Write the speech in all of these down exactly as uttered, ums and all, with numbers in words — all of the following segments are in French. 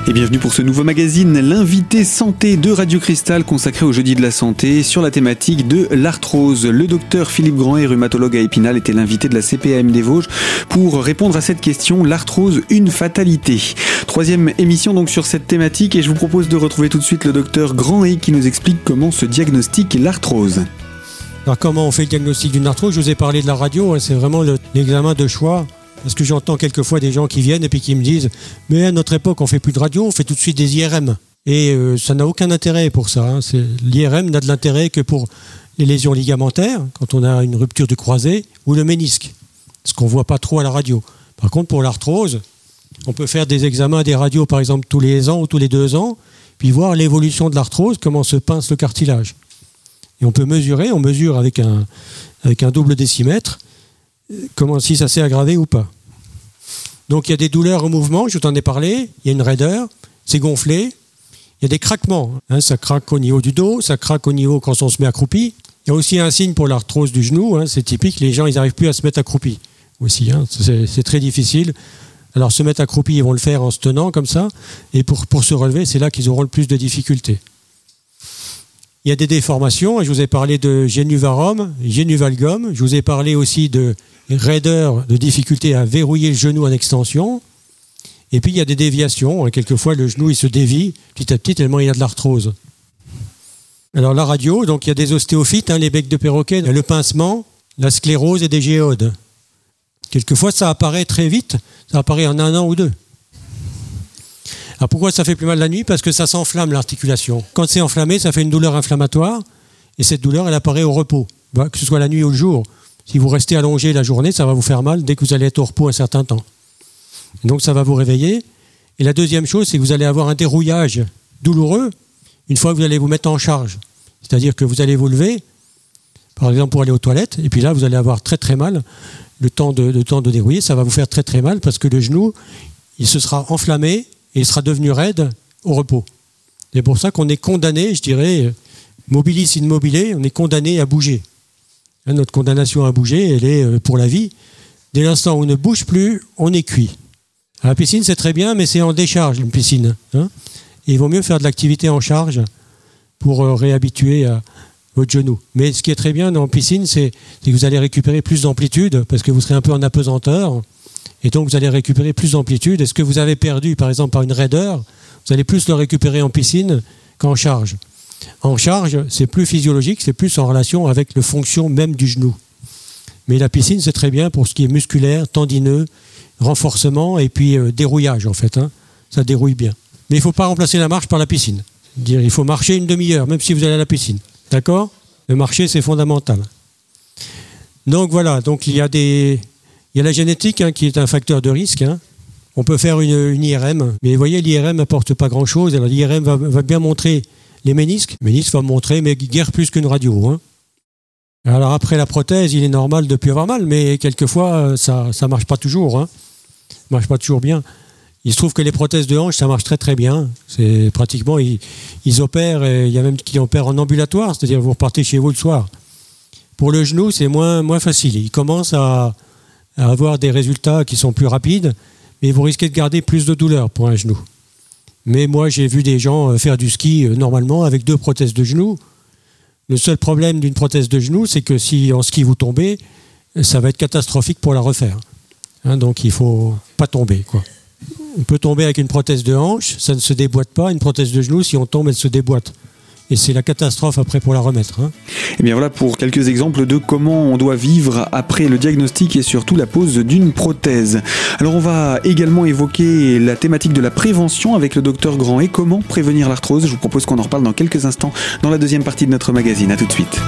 Et bienvenue pour ce nouveau magazine, l'invité santé de Radio Cristal consacré au jeudi de la santé sur la thématique de l'arthrose. Le docteur Philippe Granhet, rhumatologue à Épinal, était l'invité de la C P A M des Vosges pour répondre à cette question, l'arthrose, une fatalité. Troisième émission donc sur cette thématique et je vous propose de retrouver tout de suite le docteur Granhet qui nous explique comment se diagnostique l'arthrose. Alors comment on fait le diagnostic d'une arthrose? Je vous ai parlé de la radio, c'est vraiment le, l'examen de choix. Parce que j'entends quelquefois des gens qui viennent et puis qui me disent « Mais à notre époque, on ne fait plus de radio, on fait tout de suite des I R M. » Et euh, ça n'a aucun intérêt pour ça. Hein. C'est, l'I R M n'a de l'intérêt que pour les lésions ligamentaires, quand on a une rupture du croisé, ou le ménisque, ce qu'on ne voit pas trop à la radio. Par contre, pour l'arthrose, on peut faire des examens des radios, par exemple, tous les ans ou tous les deux ans, puis voir l'évolution de l'arthrose, comment se pince le cartilage. Et on peut mesurer, on mesure avec un, avec un double décimètre, comment, si ça s'est aggravé ou pas. Donc il y a des douleurs au mouvement, je t'en ai parlé, il y a une raideur, c'est gonflé, il y a des craquements, hein, ça craque au niveau du dos, ça craque au niveau quand on se met accroupi. Il y a aussi un signe pour l'arthrose du genou, hein, c'est typique, les gens ils n'arrivent plus à se mettre accroupi aussi, hein, c'est, c'est très difficile. Alors se mettre accroupi, ils vont le faire en se tenant comme ça, et pour, pour se relever, c'est là qu'ils auront le plus de difficultés. Il y a des déformations, je vous ai parlé de génuvarum, génuvalgum, je vous ai parlé aussi de raideur, de difficulté à verrouiller le genou en extension. Et puis il y a des déviations. Quelquefois le genou il se dévie petit à petit tellement il y a de l'arthrose. Alors la radio, donc il y a des ostéophytes, hein, les becs de perroquet, le pincement, la sclérose et des géodes. Quelquefois ça apparaît très vite, ça apparaît en un an ou deux. Alors pourquoi ça fait plus mal la nuit? Parce que ça s'enflamme l'articulation. Quand c'est enflammé, ça fait une douleur inflammatoire et cette douleur elle apparaît au repos, que ce soit la nuit ou le jour. Si vous restez allongé la journée, ça va vous faire mal dès que vous allez être au repos un certain temps. Donc ça va vous réveiller. Et la deuxième chose, c'est que vous allez avoir un dérouillage douloureux une fois que vous allez vous mettre en charge. C'est-à-dire que vous allez vous lever, par exemple pour aller aux toilettes, et puis là vous allez avoir très très mal. Le temps de, le temps de dérouiller, ça va vous faire très très mal parce que le genou, il se sera enflammé et il sera devenu raide au repos. C'est pour ça qu'on est condamné, je dirais, mobilis in mobile, on est condamné à bouger. Notre condamnation à bouger, elle est pour la vie. Dès l'instant où on ne bouge plus, on est cuit. À la piscine, c'est très bien, mais c'est en décharge, une piscine. Hein, et il vaut mieux faire de l'activité en charge pour réhabituer à votre genou. Mais ce qui est très bien dans la piscine, c'est, c'est que vous allez récupérer plus d'amplitude, parce que vous serez un peu en apesanteur, et donc vous allez récupérer plus d'amplitude. Et ce que vous avez perdu, par exemple, par une raideur, vous allez plus le récupérer en piscine qu'en charge. En charge, c'est plus physiologique, c'est plus en relation avec la fonction même du genou. Mais la piscine, c'est très bien pour ce qui est musculaire, tendineux, renforcement et puis euh, dérouillage en fait. Hein. Ça dérouille bien. Mais il ne faut pas remplacer la marche par la piscine. C'est-à-dire, il faut marcher une demi-heure, même si vous allez à la piscine. D'accord ? Le marcher, c'est fondamental. Donc voilà, donc il y a, des... il y a la génétique hein, qui est un facteur de risque. Hein. On peut faire une, une I R M, mais vous voyez, l'I R M n'apporte pas grand-chose. Alors l'I R M va, va bien montrer les ménisques, le ménisque va montrer, mais guère plus qu'une radio. Hein. Alors après la prothèse, il est normal de ne plus avoir mal, mais quelquefois, ça ne marche pas toujours. Hein. Ça ne marche pas toujours bien. Il se trouve que les prothèses de hanche, ça marche très très bien. C'est pratiquement, ils, ils opèrent, et il y a même qui opèrent en ambulatoire, c'est-à-dire vous repartez chez vous le soir. Pour le genou, c'est moins, moins facile. Il commence à, à avoir des résultats qui sont plus rapides, mais vous risquez de garder plus de douleur pour un genou. Mais moi, j'ai vu des gens faire du ski euh, normalement avec deux prothèses de genoux. Le seul problème d'une prothèse de genou, c'est que si en ski vous tombez, ça va être catastrophique pour la refaire. Hein, donc il ne faut pas tomber, quoi. On peut tomber avec une prothèse de hanche, ça ne se déboîte pas. Une prothèse de genou, si on tombe, elle se déboîte. Et c'est la catastrophe après pour la remettre. Hein. Et bien voilà pour quelques exemples de comment on doit vivre après le diagnostic et surtout la pose d'une prothèse. Alors on va également évoquer la thématique de la prévention avec le docteur Granhet. Comment prévenir l'arthrose ? Je vous propose qu'on en reparle dans quelques instants dans la deuxième partie de notre magazine. À tout de suite.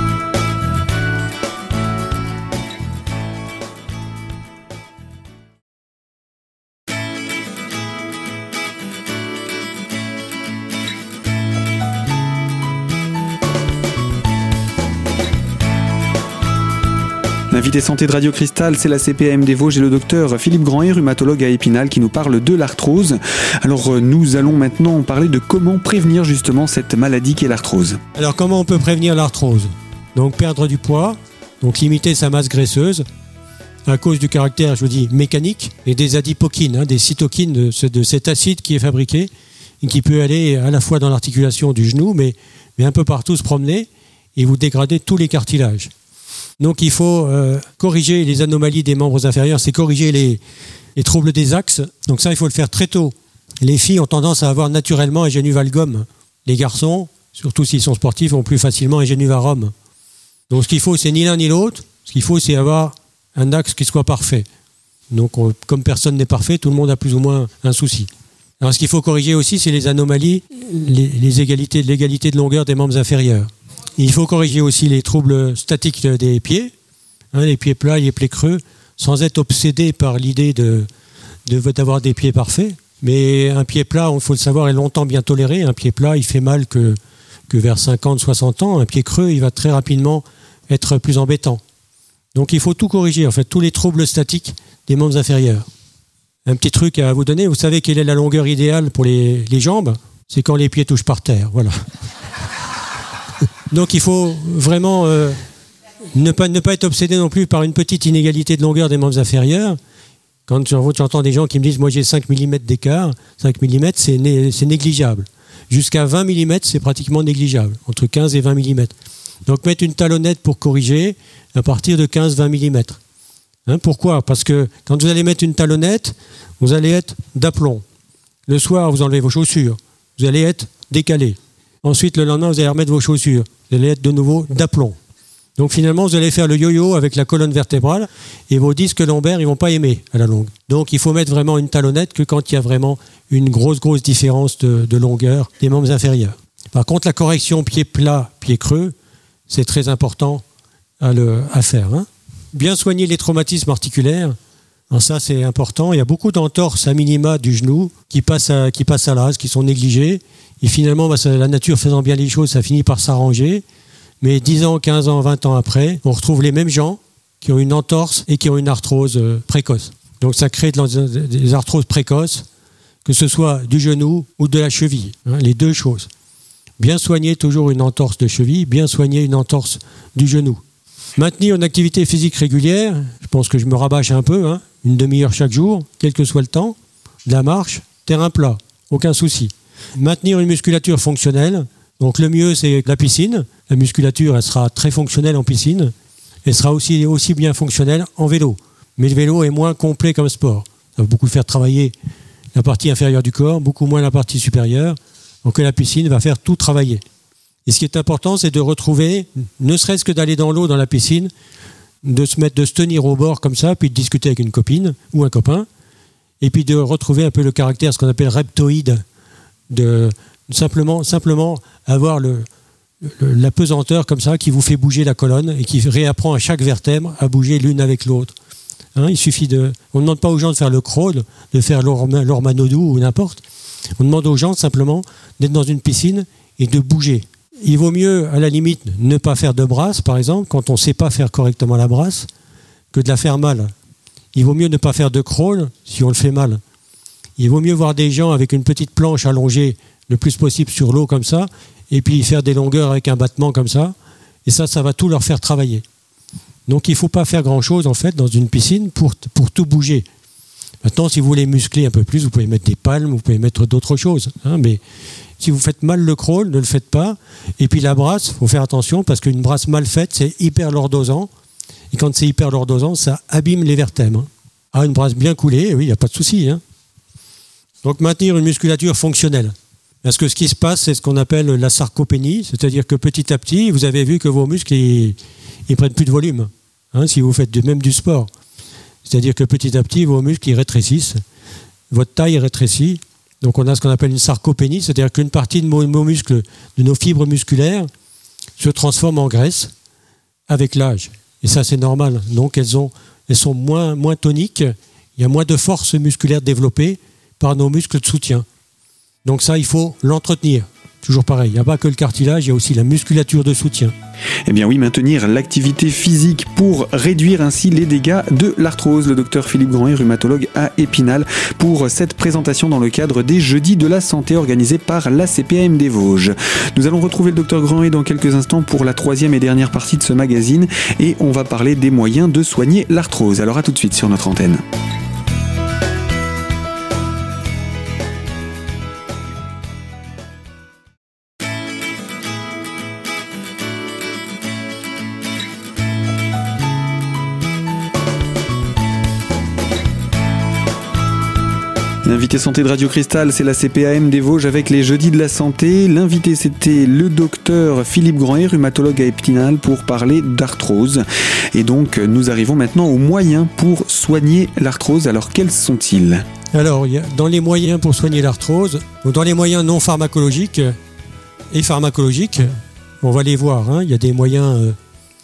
L'invité santé de Radio Cristal, c'est la C P A M des Vosges et le docteur Philippe Granhet, rhumatologue à Épinal, qui nous parle de l'arthrose. Alors nous allons maintenant parler de comment prévenir justement cette maladie qu'est l'arthrose. Alors comment on peut prévenir l'arthrose ? Donc perdre du poids, donc limiter sa masse graisseuse, à cause du caractère, je vous dis, mécanique, et des adipokines, hein, des cytokines de, ce, de cet acide qui est fabriqué et qui peut aller à la fois dans l'articulation du genou, mais, mais un peu partout se promener et vous dégrader tous les cartilages. Donc il faut euh, corriger les anomalies des membres inférieurs, c'est corriger les, les troubles des axes. Donc ça, il faut le faire très tôt. Les filles ont tendance à avoir naturellement un genu valgum. Les garçons, surtout s'ils sont sportifs, ont plus facilement un genu varum. Donc ce qu'il faut, c'est ni l'un ni l'autre. Ce qu'il faut, c'est avoir un axe qui soit parfait. Donc on, comme personne n'est parfait, tout le monde a plus ou moins un souci. Alors ce qu'il faut corriger aussi, c'est les anomalies, les, les égalités, l'égalité de longueur des membres inférieurs. Il faut corriger aussi les troubles statiques des pieds, hein, les pieds plats, les pieds creux, sans être obsédé par l'idée de, de, d'avoir des pieds parfaits. Mais un pied plat, il faut le savoir, est longtemps bien toléré. Un pied plat, il fait mal que, que vers cinquante, soixante ans. Un pied creux, il va très rapidement être plus embêtant. Donc il faut tout corriger, en fait, tous les troubles statiques des membres inférieurs. Un petit truc à vous donner, vous savez quelle est la longueur idéale pour les, les jambes? C'est quand les pieds touchent par terre, voilà. Donc il faut vraiment euh, ne, pas, ne pas être obsédé non plus par une petite inégalité de longueur des membres inférieurs. Quand j'entends des gens qui me disent « moi j'ai cinq millimètres d'écart », cinq millimètres c'est, né, c'est négligeable. Jusqu'à vingt millimètres c'est pratiquement négligeable, entre quinze et vingt millimètres. Donc mettre une talonnette pour corriger à partir de quinze à vingt millimètres. Hein, pourquoi? Parce que quand vous allez mettre une talonnette, vous allez être d'aplomb. Le soir, vous enlevez vos chaussures, vous allez être décalé. Ensuite, le lendemain, vous allez remettre vos chaussures, vous allez être de nouveau d'aplomb. Donc finalement, vous allez faire le yo-yo avec la colonne vertébrale et vos disques lombaires, ils ne vont pas aimer à la longue. Donc il faut mettre vraiment une talonnette que quand il y a vraiment une grosse, grosse différence de, de longueur des membres inférieurs. Par contre, la correction pied plat, pied creux, c'est très important à, le, à faire. Hein. Bien soigner les traumatismes articulaires, alors ça c'est important. Il y a beaucoup d'entorses à minima du genou qui passent à, qui passent à l'as, qui sont négligées. Et finalement, bah, ça, la nature faisant bien les choses, ça finit par s'arranger. Mais dix ans, quinze ans, vingt ans après, on retrouve les mêmes gens qui ont une entorse et qui ont une arthrose euh, précoce. Donc ça crée de, des arthroses précoces, que ce soit du genou ou de la cheville, hein, les deux choses. Bien soigner toujours une entorse de cheville, bien soigner une entorse du genou. Maintenir une activité physique régulière, je pense que je me rabâche un peu, hein, une demi-heure chaque jour, quel que soit le temps, de la marche, terrain plat, aucun souci. Maintenir une musculature fonctionnelle, donc le mieux c'est la piscine. La musculature elle sera très fonctionnelle en piscine, elle sera aussi, aussi bien fonctionnelle en vélo. Mais le vélo est moins complet comme sport. Ça va beaucoup faire travailler la partie inférieure du corps, beaucoup moins la partie supérieure, donc la piscine va faire tout travailler. Et ce qui est important, c'est de retrouver, ne serait-ce que d'aller dans l'eau, dans la piscine, de se mettre, de se tenir au bord comme ça, puis de discuter avec une copine ou un copain, et puis de retrouver un peu le caractère, ce qu'on appelle reptoïde, de simplement, simplement avoir le, le, la pesanteur comme ça qui vous fait bouger la colonne et qui réapprend à chaque vertèbre à bouger l'une avec l'autre. Hein, il suffit de, on ne demande pas aux gens de faire le crawl, de faire l'ormanodou ou n'importe. On demande aux gens simplement d'être dans une piscine et de bouger. Il vaut mieux, à la limite, ne pas faire de brasse, par exemple, quand on ne sait pas faire correctement la brasse, que de la faire mal. Il vaut mieux ne pas faire de crawl si on le fait mal. Il vaut mieux voir des gens avec une petite planche allongée le plus possible sur l'eau comme ça, et puis faire des longueurs avec un battement comme ça, et ça, ça va tout leur faire travailler. Donc il ne faut pas faire grand-chose, en fait, dans une piscine pour, pour tout bouger. Maintenant, si vous voulez muscler un peu plus, vous pouvez mettre des palmes, vous pouvez mettre d'autres choses, hein, mais si vous faites mal le crawl, ne le faites pas. Et puis la brasse, il faut faire attention parce qu'une brasse mal faite, c'est hyperlordosant. Et quand c'est hyperlordosant, ça abîme les vertèbres. Ah, une brasse bien coulée, oui, il n'y a pas de souci. Hein. Donc maintenir une musculature fonctionnelle. Parce que ce qui se passe, c'est ce qu'on appelle la sarcopénie, c'est-à-dire que petit à petit, vous avez vu que vos muscles, ils ne prennent plus de volume, hein, si vous faites de, même du sport. C'est-à-dire que petit à petit, vos muscles, ils rétrécissent. Votre taille rétrécit. Donc on a ce qu'on appelle une sarcopénie, c'est-à-dire qu'une partie de nos muscles, de nos fibres musculaires, se transforme en graisse avec l'âge. Et ça, c'est normal. Donc elles, ont, elles sont moins, moins toniques, il y a moins de force musculaire développée par nos muscles de soutien. Donc ça, il faut l'entretenir. Toujours pareil, il n'y a pas que le cartilage, il y a aussi la musculature de soutien. Eh bien oui, maintenir l'activité physique pour réduire ainsi les dégâts de l'arthrose. Le docteur Philippe Grandet, rhumatologue à Épinal, pour cette présentation dans le cadre des Jeudis de la Santé organisés par la C P A M des Vosges. Nous allons retrouver le docteur Grandet dans quelques instants pour la troisième et dernière partie de ce magazine et on va parler des moyens de soigner l'arthrose. Alors à tout de suite sur notre antenne. L'invité santé de Radio Cristal, c'est la C P A M des Vosges avec les Jeudis de la Santé. L'invité, c'était le docteur Philippe Grandet, rhumatologue à Épinal, pour parler d'arthrose. Et donc, nous arrivons maintenant aux moyens pour soigner l'arthrose. Alors, quels sont-ils ? Alors, dans les moyens pour soigner l'arthrose, dans les moyens non pharmacologiques et pharmacologiques, on va les voir. Hein, il y a des moyens euh,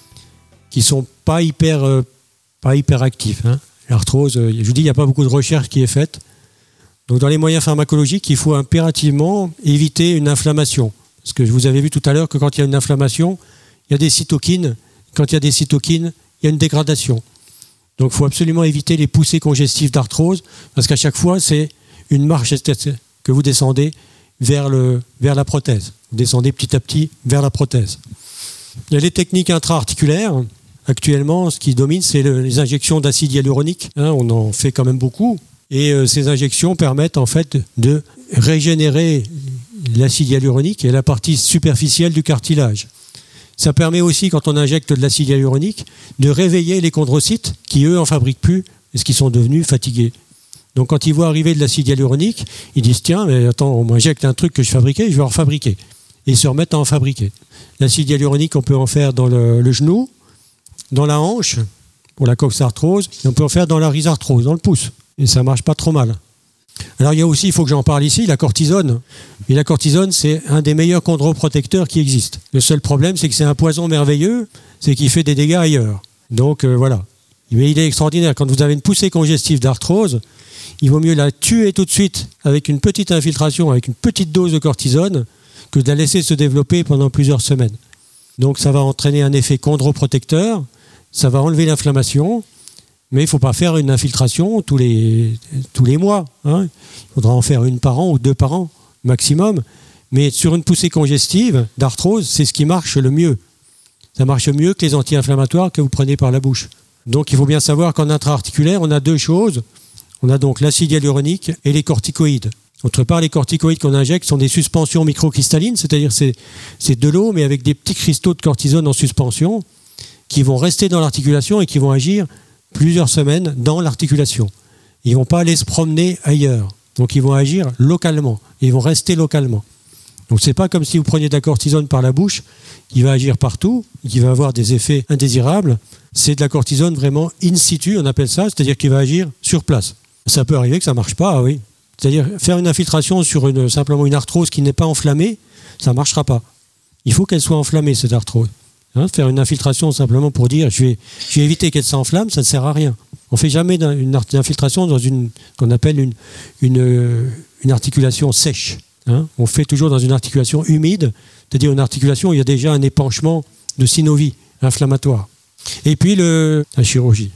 qui ne sont pas hyper, euh, pas hyper actifs. Hein. L'arthrose, euh, je vous dis, il n'y a pas beaucoup de recherche qui est faite. Donc dans les moyens pharmacologiques, il faut impérativement éviter une inflammation. Parce que je vous avais vu tout à l'heure que quand il y a une inflammation, il y a des cytokines. Quand il y a des cytokines, il y a une dégradation. Donc il faut absolument éviter les poussées congestives d'arthrose, parce qu'à chaque fois, c'est une marche que vous descendez vers, le, vers la prothèse. Vous descendez petit à petit vers la prothèse. Il y a les techniques intra-articulaires. Actuellement, ce qui domine, c'est le, les injections d'acide hyaluronique. Hein, on en fait quand même beaucoup. Et euh, ces injections permettent en fait de régénérer l'acide hyaluronique et la partie superficielle du cartilage. Ça permet aussi, quand on injecte de l'acide hyaluronique, de réveiller les chondrocytes qui, eux, en fabriquent plus parce qu'ils sont devenus fatigués. Donc quand ils voient arriver de l'acide hyaluronique, ils disent « Tiens, mais attends, on m'injecte un truc que je fabriquais, je vais en refabriquer. » Et ils se remettent à en fabriquer. L'acide hyaluronique, on peut en faire dans le, le genou, dans la hanche, pour la coxarthrose, et on peut en faire dans la rhizarthrose, dans le pouce. Et ça marche pas trop mal. Alors il y a aussi, il faut que j'en parle ici, la cortisone. Et la cortisone, c'est un des meilleurs chondroprotecteurs qui existent. Le seul problème, c'est que c'est un poison merveilleux, c'est qu'il fait des dégâts ailleurs. Donc euh, voilà. Mais il est extraordinaire. Quand vous avez une poussée congestive d'arthrose, il vaut mieux la tuer tout de suite avec une petite infiltration, avec une petite dose de cortisone, que de la laisser se développer pendant plusieurs semaines. Donc ça va entraîner un effet chondroprotecteur, ça va enlever l'inflammation. Mais il ne faut pas faire une infiltration tous les, tous les mois. Hein. Il faudra en faire une par an ou deux par an, maximum. Mais sur une poussée congestive d'arthrose, c'est ce qui marche le mieux. Ça marche mieux que les anti-inflammatoires que vous prenez par la bouche. Donc il faut bien savoir qu'en intra-articulaire, on a deux choses. On a donc l'acide hyaluronique et les corticoïdes. Autre part, les corticoïdes qu'on injecte sont des suspensions microcristallines, c'est-à-dire c'est, c'est de l'eau, mais avec des petits cristaux de cortisone en suspension, qui vont rester dans l'articulation et qui vont agir plusieurs semaines dans l'articulation. Ils ne vont pas aller se promener ailleurs. Donc ils vont agir localement. Ils vont rester localement. Donc ce n'est pas comme si vous preniez de la cortisone par la bouche, qui va agir partout, qui va avoir des effets indésirables. C'est de la cortisone vraiment in situ, on appelle ça, c'est-à-dire qu'il va agir sur place. Ça peut arriver que ça ne marche pas, oui. C'est-à-dire faire une infiltration sur une, simplement une arthrose qui n'est pas enflammée, ça ne marchera pas. Il faut qu'elle soit enflammée, cette arthrose. Hein, faire une infiltration simplement pour dire je vais, je vais éviter qu'elle s'enflamme, ça ne sert à rien. On ne fait jamais une infiltration dans une qu'on appelle une, une, une articulation sèche. Hein. On fait toujours dans une articulation humide, c'est-à-dire une articulation où il y a déjà un épanchement de synovie inflammatoire. Et puis le, la chirurgie.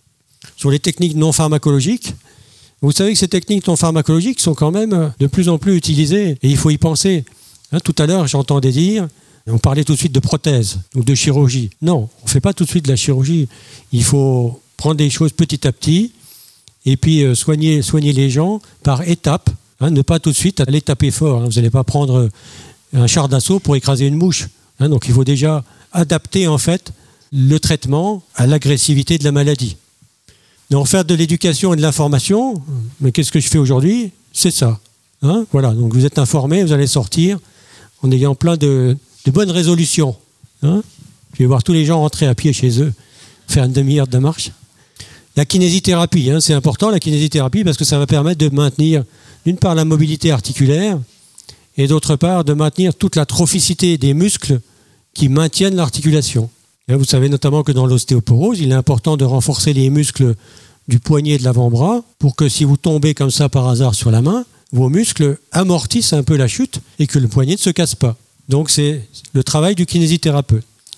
Sur les techniques non pharmacologiques, vous savez que ces techniques non pharmacologiques sont quand même de plus en plus utilisées et il faut y penser. Hein, tout à l'heure, j'entendais dire on parlait tout de suite de prothèse ou de chirurgie. Non, on ne fait pas tout de suite de la chirurgie. Il faut prendre des choses petit à petit et puis euh, soigner, soigner les gens par étapes. Hein, ne pas tout de suite aller taper fort. Hein. Vous n'allez pas prendre un char d'assaut pour écraser une mouche. Hein, donc il faut déjà adapter en fait le traitement à l'agressivité de la maladie. Donc faire de l'éducation et de l'information, mais qu'est-ce que je fais aujourd'hui ? C'est ça. Hein, voilà, donc vous êtes informés, vous allez sortir en ayant plein de de bonnes résolutions. Hein, je vais voir tous les gens rentrer à pied chez eux, faire une demi-heure de marche. La kinésithérapie, hein, c'est important la kinésithérapie parce que ça va permettre de maintenir d'une part la mobilité articulaire et d'autre part de maintenir toute la trophicité des muscles qui maintiennent l'articulation. Et vous savez notamment que dans l'ostéoporose, il est important de renforcer les muscles du poignet et de l'avant-bras pour que si vous tombez comme ça par hasard sur la main, vos muscles amortissent un peu la chute et que le poignet ne se casse pas. Donc c'est le travail du kinésithérapeute.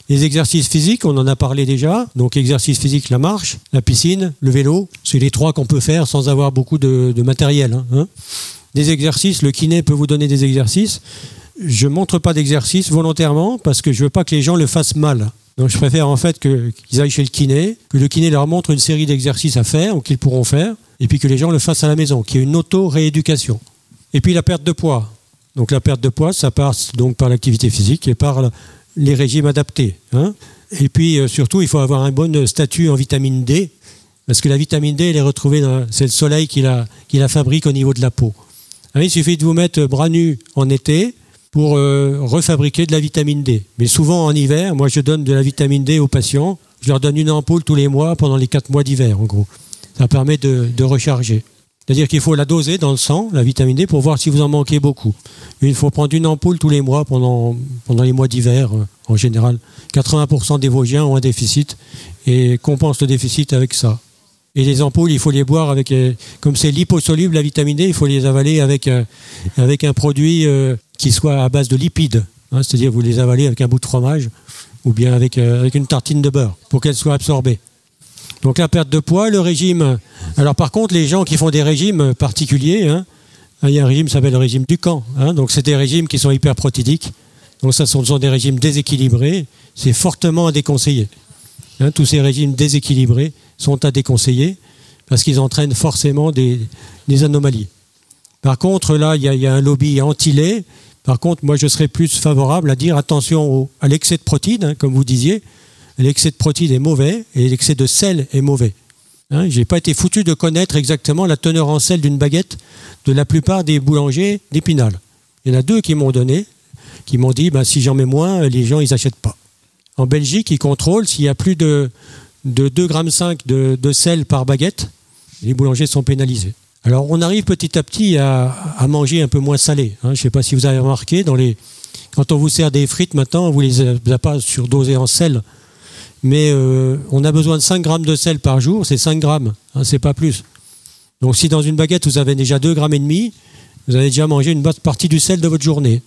Les exercices physiques, on en a parlé déjà. Donc exercice physique, la marche, la piscine, le vélo. C'est les trois qu'on peut faire sans avoir beaucoup de, de matériel. Hein. Des exercices, le kiné peut vous donner des exercices. Je ne montre pas d'exercices volontairement parce que je ne veux pas que les gens le fassent mal. Donc je préfère en fait que, qu'ils aillent chez le kiné, que le kiné leur montre une série d'exercices à faire ou qu'ils pourront faire, et puis que les gens le fassent à la maison, qu'il y ait une auto-rééducation. Et puis la perte de poids. Donc la perte de poids, ça passe donc par l'activité physique et par les régimes adaptés. Hein. Et puis euh, surtout, il faut avoir un bon statut en vitamine D, parce que la vitamine D, elle est retrouvée dans, c'est le soleil qui la, qui la fabrique au niveau de la peau. Hein, il suffit de vous mettre bras nus en été pour euh, refabriquer de la vitamine D. Mais souvent en hiver, moi je donne de la vitamine D aux patients. Je leur donne une ampoule tous les mois pendant les quatre mois d'hiver, en gros. Ça permet de, de recharger. C'est-à-dire qu'il faut la doser dans le sang, la vitamine D, pour voir si vous en manquez beaucoup. Il faut prendre une ampoule tous les mois pendant, pendant les mois d'hiver, euh, en général. quatre-vingts pour cent des Vosgiens ont un déficit et compensent le déficit avec ça. Et les ampoules, il faut les boire avec, euh, comme c'est liposoluble, la vitamine D, il faut les avaler avec, euh, avec un produit euh, qui soit à base de lipides. Hein, c'est-à-dire vous les avalez avec un bout de fromage ou bien avec, euh, avec une tartine de beurre pour qu'elles soient absorbées. Donc la perte de poids, le régime. Alors par contre, les gens qui font des régimes particuliers, hein, il y a un régime qui s'appelle le régime Dukan. Hein, donc c'est des régimes qui sont hyperprotidiques. Donc ça ce sont des régimes déséquilibrés. C'est fortement à déconseiller. Hein, tous ces régimes déséquilibrés sont à déconseiller parce qu'ils entraînent forcément des, des anomalies. Par contre, là, il y, y a un lobby anti-lait. Par contre, moi, je serais plus favorable à dire attention au, à l'excès de protéines, hein, comme vous disiez. L'excès de protéines est mauvais et l'excès de sel est mauvais. Hein, je n'ai pas été foutu de connaître exactement la teneur en sel d'une baguette de la plupart des boulangers d'Épinal. Il y en a deux qui m'ont donné, qui m'ont dit ben, si j'en mets moins, les gens ils n'achètent pas. En Belgique, ils contrôlent s'il y a plus de, de deux virgule cinq grammes de, de sel par baguette, les boulangers sont pénalisés. Alors on arrive petit à petit à, à manger un peu moins salé. Hein. Je ne sais pas si vous avez remarqué, dans les, quand on vous sert des frites maintenant, vous ne les avez pas surdosées en sel. Mais euh, on a besoin de cinq grammes de sel par jour, c'est cinq grammes, hein, c'est pas plus. Donc si dans une baguette vous avez déjà deux virgule cinq grammes, vous avez déjà mangé une bonne partie du sel de votre journée.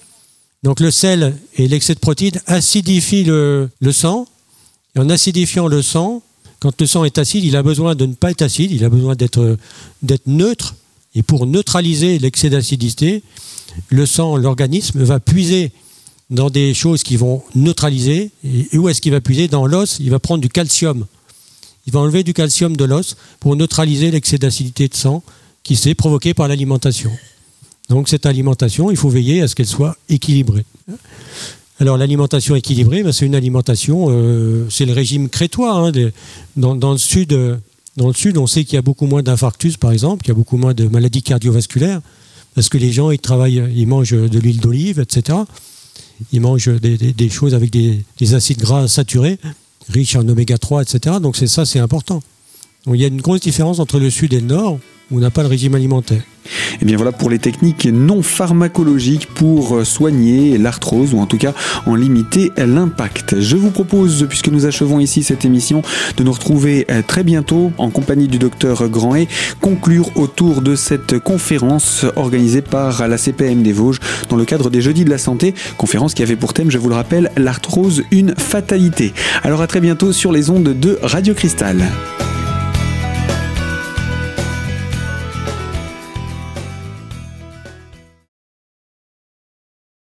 Donc le sel et l'excès de protéines acidifient le, le sang. Et en acidifiant le sang, quand le sang est acide, il a besoin de ne pas être acide, il a besoin d'être, d'être neutre. Et pour neutraliser l'excès d'acidité, le sang, l'organisme va puiser dans des choses qui vont neutraliser. Et où est-ce qu'il va puiser ? Dans l'os, il va prendre du calcium. Il va enlever du calcium de l'os pour neutraliser l'excès d'acidité de sang qui s'est provoqué par l'alimentation. Donc cette alimentation, il faut veiller à ce qu'elle soit équilibrée. Alors l'alimentation équilibrée, ben, c'est une alimentation, euh, c'est le régime crétois. Hein, des, dans, dans, le sud, euh, dans le sud, on sait qu'il y a beaucoup moins d'infarctus, par exemple, qu'il y a beaucoup moins de maladies cardiovasculaires, parce que les gens, ils travaillent, ils mangent de l'huile d'olive, et cetera. Ils mangent des, des, des choses avec des, des acides gras saturés, riches en oméga trois, et cetera. Donc c'est ça, c'est important. Donc, il y a une grosse différence entre le sud et le nord, où on n'a pas le régime alimentaire. Et bien voilà pour les techniques non pharmacologiques pour soigner l'arthrose, ou en tout cas en limiter l'impact. Je vous propose, puisque nous achevons ici cette émission, de nous retrouver très bientôt en compagnie du docteur Grand-Hay, conclure autour de cette conférence organisée par la C P M des Vosges dans le cadre des Jeudis de la Santé, conférence qui avait pour thème, je vous le rappelle, l'arthrose, une fatalité. Alors à très bientôt sur les ondes de Radio Cristal.